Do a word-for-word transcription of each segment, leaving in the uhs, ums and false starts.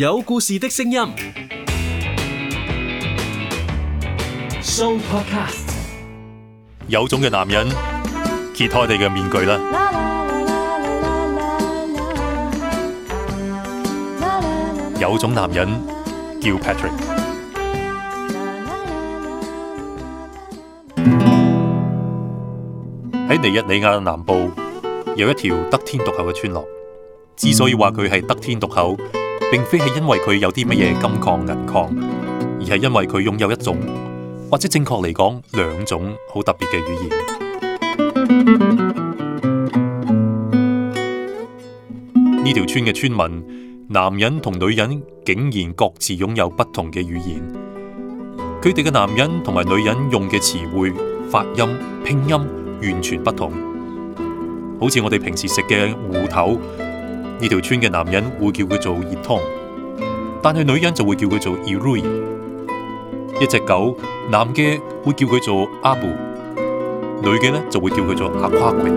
有故事的聲音 Show Podcast。 有種嘅男人揭開你嘅面具啦。有種男人叫 Patrick。喺尼日利亞南部有一條得天獨厚嘅村落。之所以話佢係得天獨厚，並非係因為佢有啲乜嘢金礦銀礦，而係因為佢擁有一種，或者正確嚟講兩種好特別嘅語言。呢條村嘅村民，男人同女人竟然各自擁有不同嘅語言。佢哋嘅男人同埋女人用嘅詞彙、發音、拼音完全不同。好似我哋平時食嘅芋頭，呢條村嘅男人會叫佢做熱湯，但係女人就會叫佢做 irui。一隻狗，男嘅會叫佢做阿布，女嘅呢就會叫佢做阿夸貴。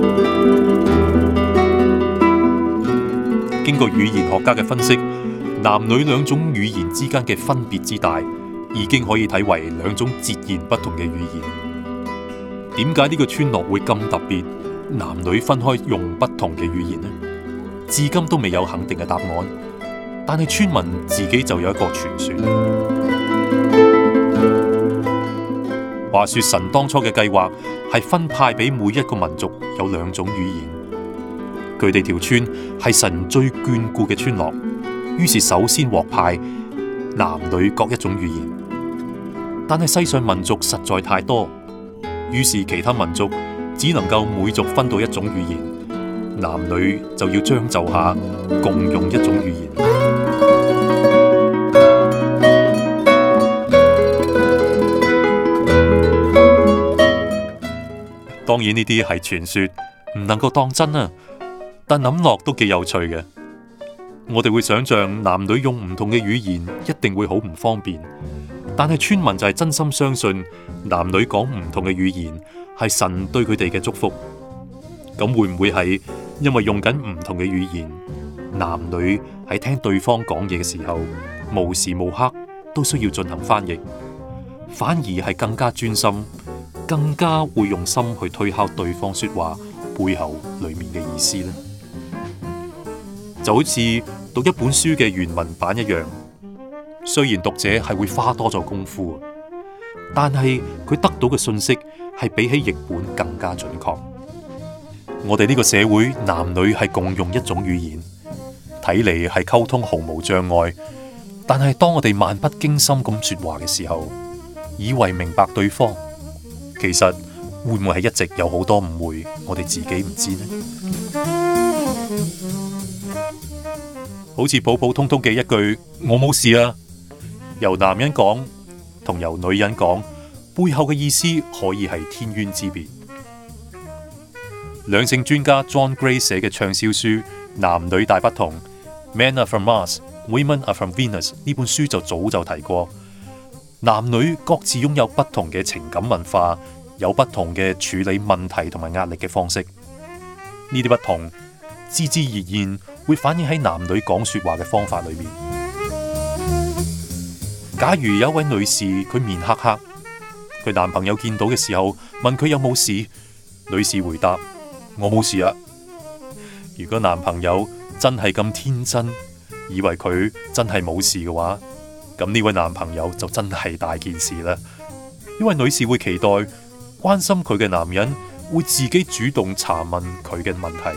經過語言學家嘅分析，男女兩種語言之間嘅分別之大，已經可以睇為兩種截然不同嘅語言。點解呢個村落會咁特別？男女分開用不同嘅語言呢？至今都未有肯定嘅答案。但係村民自己就有一個傳說。話說神當初嘅計劃係分派俾每一個民族有兩種語言。佢哋條村係神最眷顧嘅村落，於是首先獲派男女各一種語言。但係世上民族實在太多，於是其他民族只能夠每族分到一種語言，男女就要將就下，共用一種語言。當然呢啲係傳說，唔能夠當真啊！但諗落都幾有趣嘅。我哋會想象男女用唔同嘅語言一定會好唔方便，但係村民就係真心相信男女講唔同嘅語言係神對佢哋嘅祝福。咁會唔會係因為用緊唔同嘅語言，男女喺聽對方講嘢嘅時候，無時無刻都需要進行翻譯，反而係更加專心，更加會用心去推敲對方說話背後裏面嘅意思呢？就好似讀一本書嘅原文版一樣，雖然讀者係會花多咗功夫，但係佢得到嘅信息係比起譯本更加準確。我哋呢個社會男女係共用一種語言，睇嚟係溝通毫無障礙，但係當我哋漫不經心咁說話嘅時候，以為明白對方，其實會唔會係一直有好多誤會，我哋自己唔知呢？好似普普通通嘅一句我冇事啊，由男人講同由女人講，背後嘅意思可以係天淵之別。兩性專家 John Gray 寫嘅暢銷書《男女大不同》Men are from Mars, Women are from Venus 呢本書就早就提過，男女各自擁有不同嘅情感文化，有不同嘅處理問題同埋壓力嘅方式。呢啲不同自自然然會反映喺男女講說話嘅方法裏面。假如有一位女士，佢面黑黑，佢男朋友見到嘅時候問佢有冇事，女士回答我冇事啊。如果男朋友真係咁天真，以為佢真係冇事嘅話，咁呢位男朋友就真係大件事啦。因為女士會期待關心佢嘅男人會自己主動查問佢嘅問題。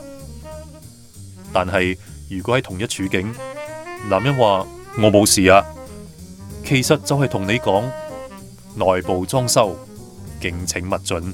但係如果喺同一處境，男人話我冇事啊，其實就係同你講內部裝修，敬請勿進。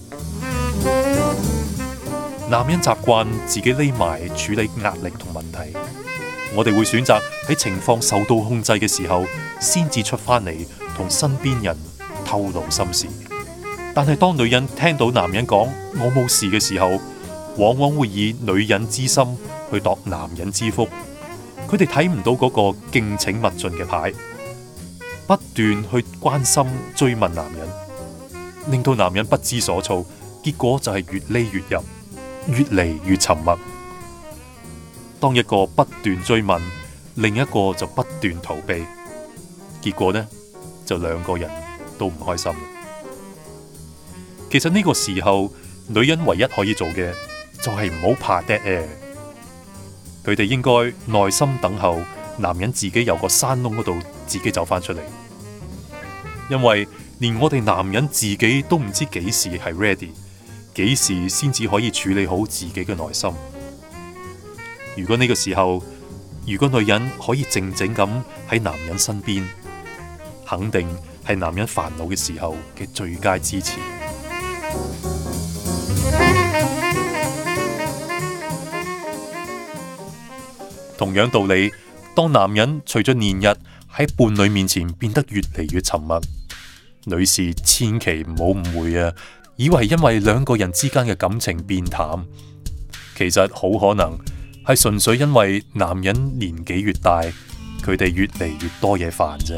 男人習慣自己匿埋處理壓力同問題，我哋會選擇喺情況受到控制嘅時候，先至出翻嚟同身邊人透露心事。但係當女人聽到男人講我冇事嘅時候，往往會以女人之心去度男人之腹。佢哋睇唔到嗰個敬請勿進嘅牌，不斷去關心追問男人，令到男人不知所措，結果就係越匿越入，越嚟越沉默。當一個不斷追問， 另一個就不斷逃避，結果呢，就兩個人都唔開心。其實呢個時候，女人唯一可以做嘅就係唔好怕 dead air，佢哋應該耐心等候男人自己由個山窿嗰度自己走返出嚟，因為連我哋男人自己都唔知幾時係 ready， 幾時先至可以處理好自己嘅內心。如果呢個時候，如果女人可以靜靜咁喺男人身邊，肯定係男人煩惱嘅時候嘅最佳支持。同樣道理，當男人隨着年日喺伴侶面前變得越嚟越沉默，女士千祈唔好誤會啊，以為係因為兩個人之間嘅感情變淡，其實好可能係純粹因為男人年紀越大，佢哋越嚟越多嘢煩啫。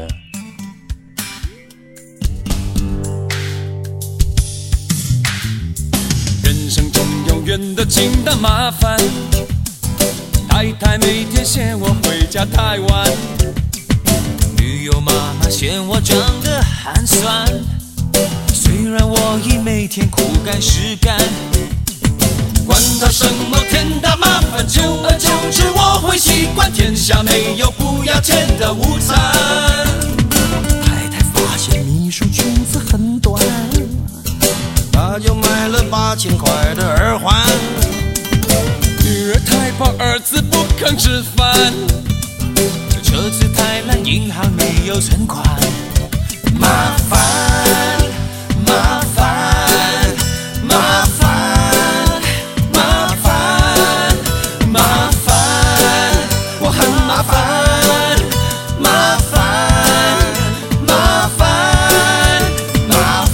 人生中永遠都經得麻煩，太太每天嫌我回家太晚，女友媽媽嫌我長得寒酸，雖然我已每天苦幹實幹，管他什麼天大麻煩，久而久之我會習慣，天下沒有不要錢的午餐。太太發現秘書裙子很短，她就買了八千塊的耳環。女兒太胖，兒子不肯吃飯，車子太爛，銀行沒有存款。麻煩麻煩麻煩麻煩麻煩，我很麻煩麻煩麻煩麻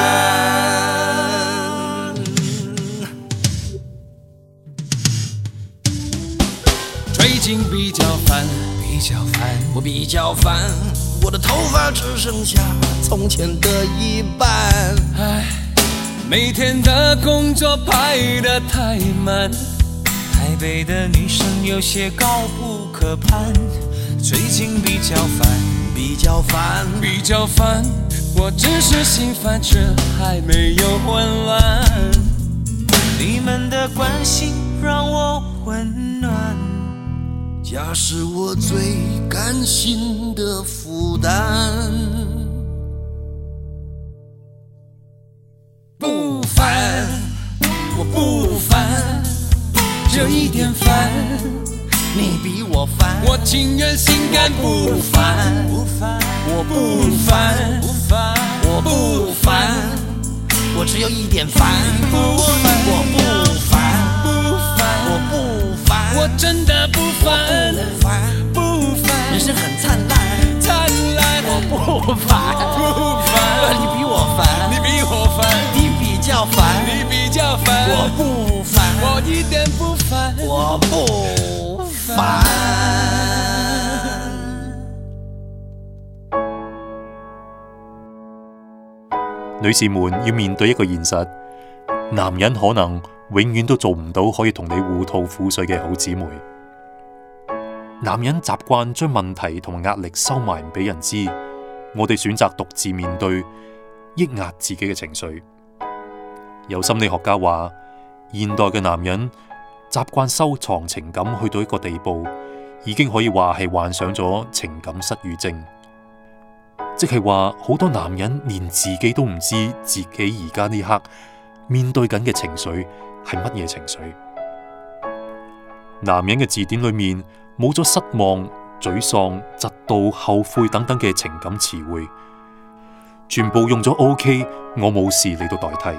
煩。最近比較煩比較煩，我比較煩，我的頭髮只剩下從前的一半。唉，每天的工作排得太滿，台北的女生有些高不可攀。最近比較煩比較煩比較煩，我只是心煩卻還沒有混亂。你們的關心讓我溫暖，家是我最甘心的負擔。不煩，我不煩，就一點煩，你比我煩，我情願心甘不煩，我不煩，我不煩，我只有一點煩，我不煩，我不煩，我真的不煩，不煩，人生很燦爛，燦爛，我不煩，不煩，你比我煩，你比我煩，你比較煩，你比較煩，我不煩，我一點不煩，我不煩。 女士們要面對一個現實，男人可能永遠都做唔到可以同你互吐苦水嘅好姊妹。男人習慣將問題同埋壓力收埋唔俾人知，我哋選擇獨自面對，抑壓自己嘅情緒。有心理學家話，現代嘅男人習慣收藏情感去到一個地步，已經可以話係患上咗情感失語症。即係話，好多男人連自己都唔知自己而家呢刻面對緊嘅情緒係乜嘢情緒。男人嘅字典裏面冇咗失望、沮喪、嫉妒、後悔等等嘅情感詞彙，全部用咗 OK， 我冇事嚟到代替。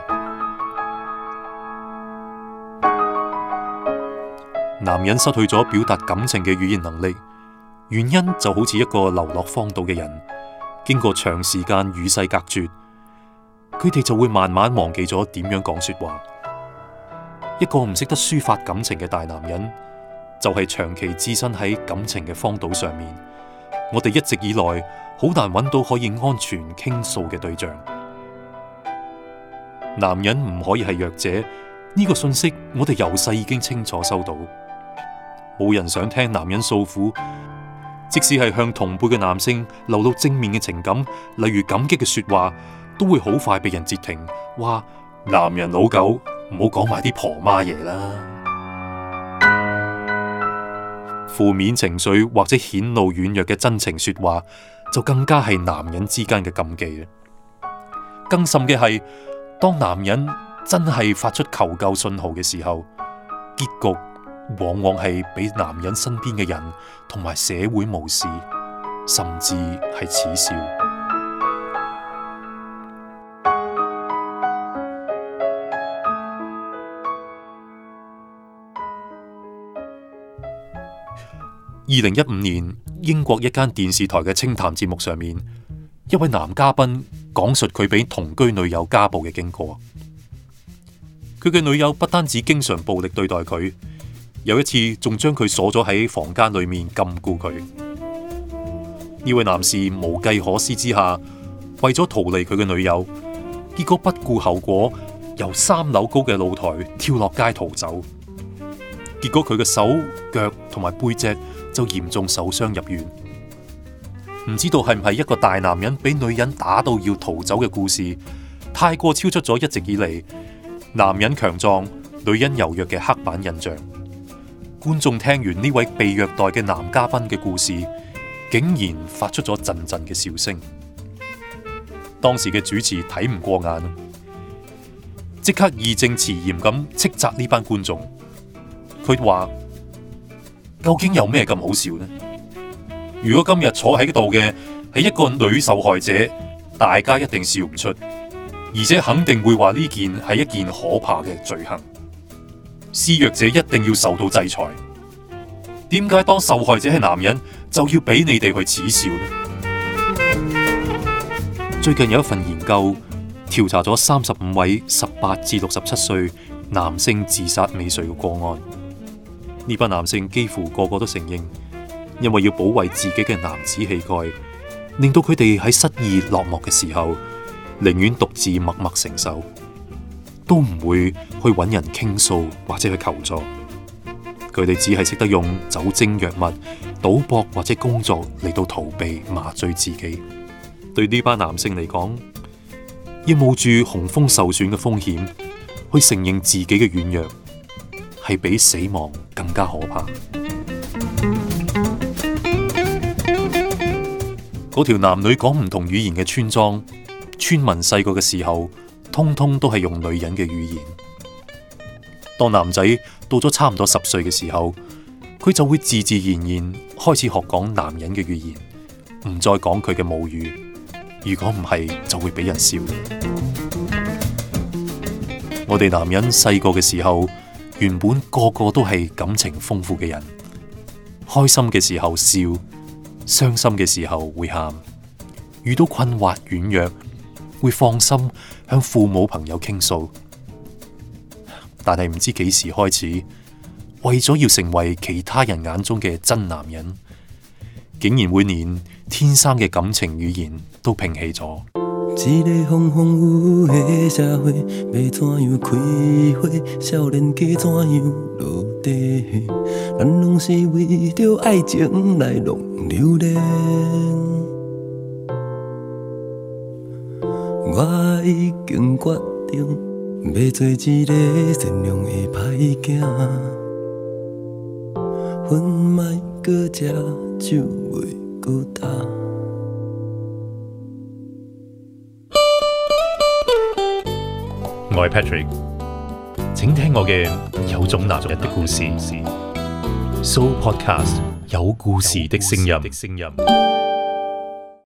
男人失去咗表達感情嘅語言能力，原因就好似一個流落荒島嘅人，經過長時間與世隔絕，佢哋就會慢慢忘記咗點樣講說話。一個唔識得抒發感情嘅大男人，就係長期置身喺感情嘅荒島上面。我哋一直以來好難揾到可以安全傾訴嘅對象。男人唔可以係弱者，呢個信息我哋由細已經清楚收到。冇人想聽男人訴苦， 即使係向同輩嘅男性流露正面嘅情感，例如感激嘅說話，都會好快被人截停，話男人老狗唔好講埋啲婆媽嘢啦。負面情緒或者顯露軟弱嘅真情說話，就更加係男人之間嘅禁忌啦。更甚嘅係，當男人真係發出求救信號嘅時候，結局往往係俾男人身邊嘅人同埋社會無視，甚至係恥笑。二零一五年，英國一間電視台嘅清談節目上面，一位男嘉賓講述佢俾同居女友家暴嘅經過。佢嘅女友不單止經常暴力對待佢，有一次仲將佢鎖咗喺房間裏面禁錮佢。呢位男士無計可施之下，為咗逃離佢嘅女友，結果不顧後果，由三樓高嘅露台跳落街逃走。結果佢嘅手、腳同埋背脊就嚴重受傷入院。唔知道係唔係一個大男人俾女人打到要逃走嘅故事，太過超出咗一直以嚟男人強壯、女人柔弱嘅刻板印象。觀眾聽完呢位被虐待嘅男嘉賓嘅故事，竟然發出咗陣陣嘅笑聲。當時嘅主持睇唔過眼，即刻義正辭嚴咁斥責呢班觀眾。佢話：究竟有咩咁好笑呢？如果今日坐喺度嘅係一個女受害者，大家一定笑唔出，而且肯定會話呢件係一件可怕嘅罪行。施虐者一定要受到制裁。點解當受害者係男人就要俾你哋去恥笑呢？最近有一份研究調查咗三十五位十八至六十七歲男性自殺未遂嘅個案，呢班男性幾乎個個都承認，因為要保衛自己嘅男子氣概，令到佢哋喺失意落寞嘅時候，寧願獨自默默承受，都唔會去揾人傾訴或者去求助。佢哋只係識得用酒精、藥物、賭博或者工作嚟到逃避麻醉自己。對呢班男性嚟講，要冒住雄風受損嘅風險去承認自己嘅軟弱，係比死亡更加可怕。嗰條男女講唔同語言嘅村莊，村民細個嘅時候，通通都係用女人嘅語言。當男仔到咗差唔多十歲嘅時候，佢就會自自然然開始學講男人嘅語言，唔再講佢嘅母語。如果唔係，就會俾人笑。我哋男人細個嘅時候，原本個個都係感情豐富嘅人，開心嘅時候笑，傷心嘅時候會喊，遇到困惑軟弱會放心向父母朋友傾訴。但係唔知幾時開始，為咗要成為其他人眼中嘅真男人，竟然會連天生嘅感情語言都摒棄咗。 一個風風雨雨的社會，要怎樣開花？少年家怎樣落地？咱攏是為着愛情來浪流連。我已經決定，要做一個善良的歹囝，份莫閣食，酒袂閣干。 我係 Patrick， 請聽我嘅有種男人的故事。So Podcast 有故事的聲音。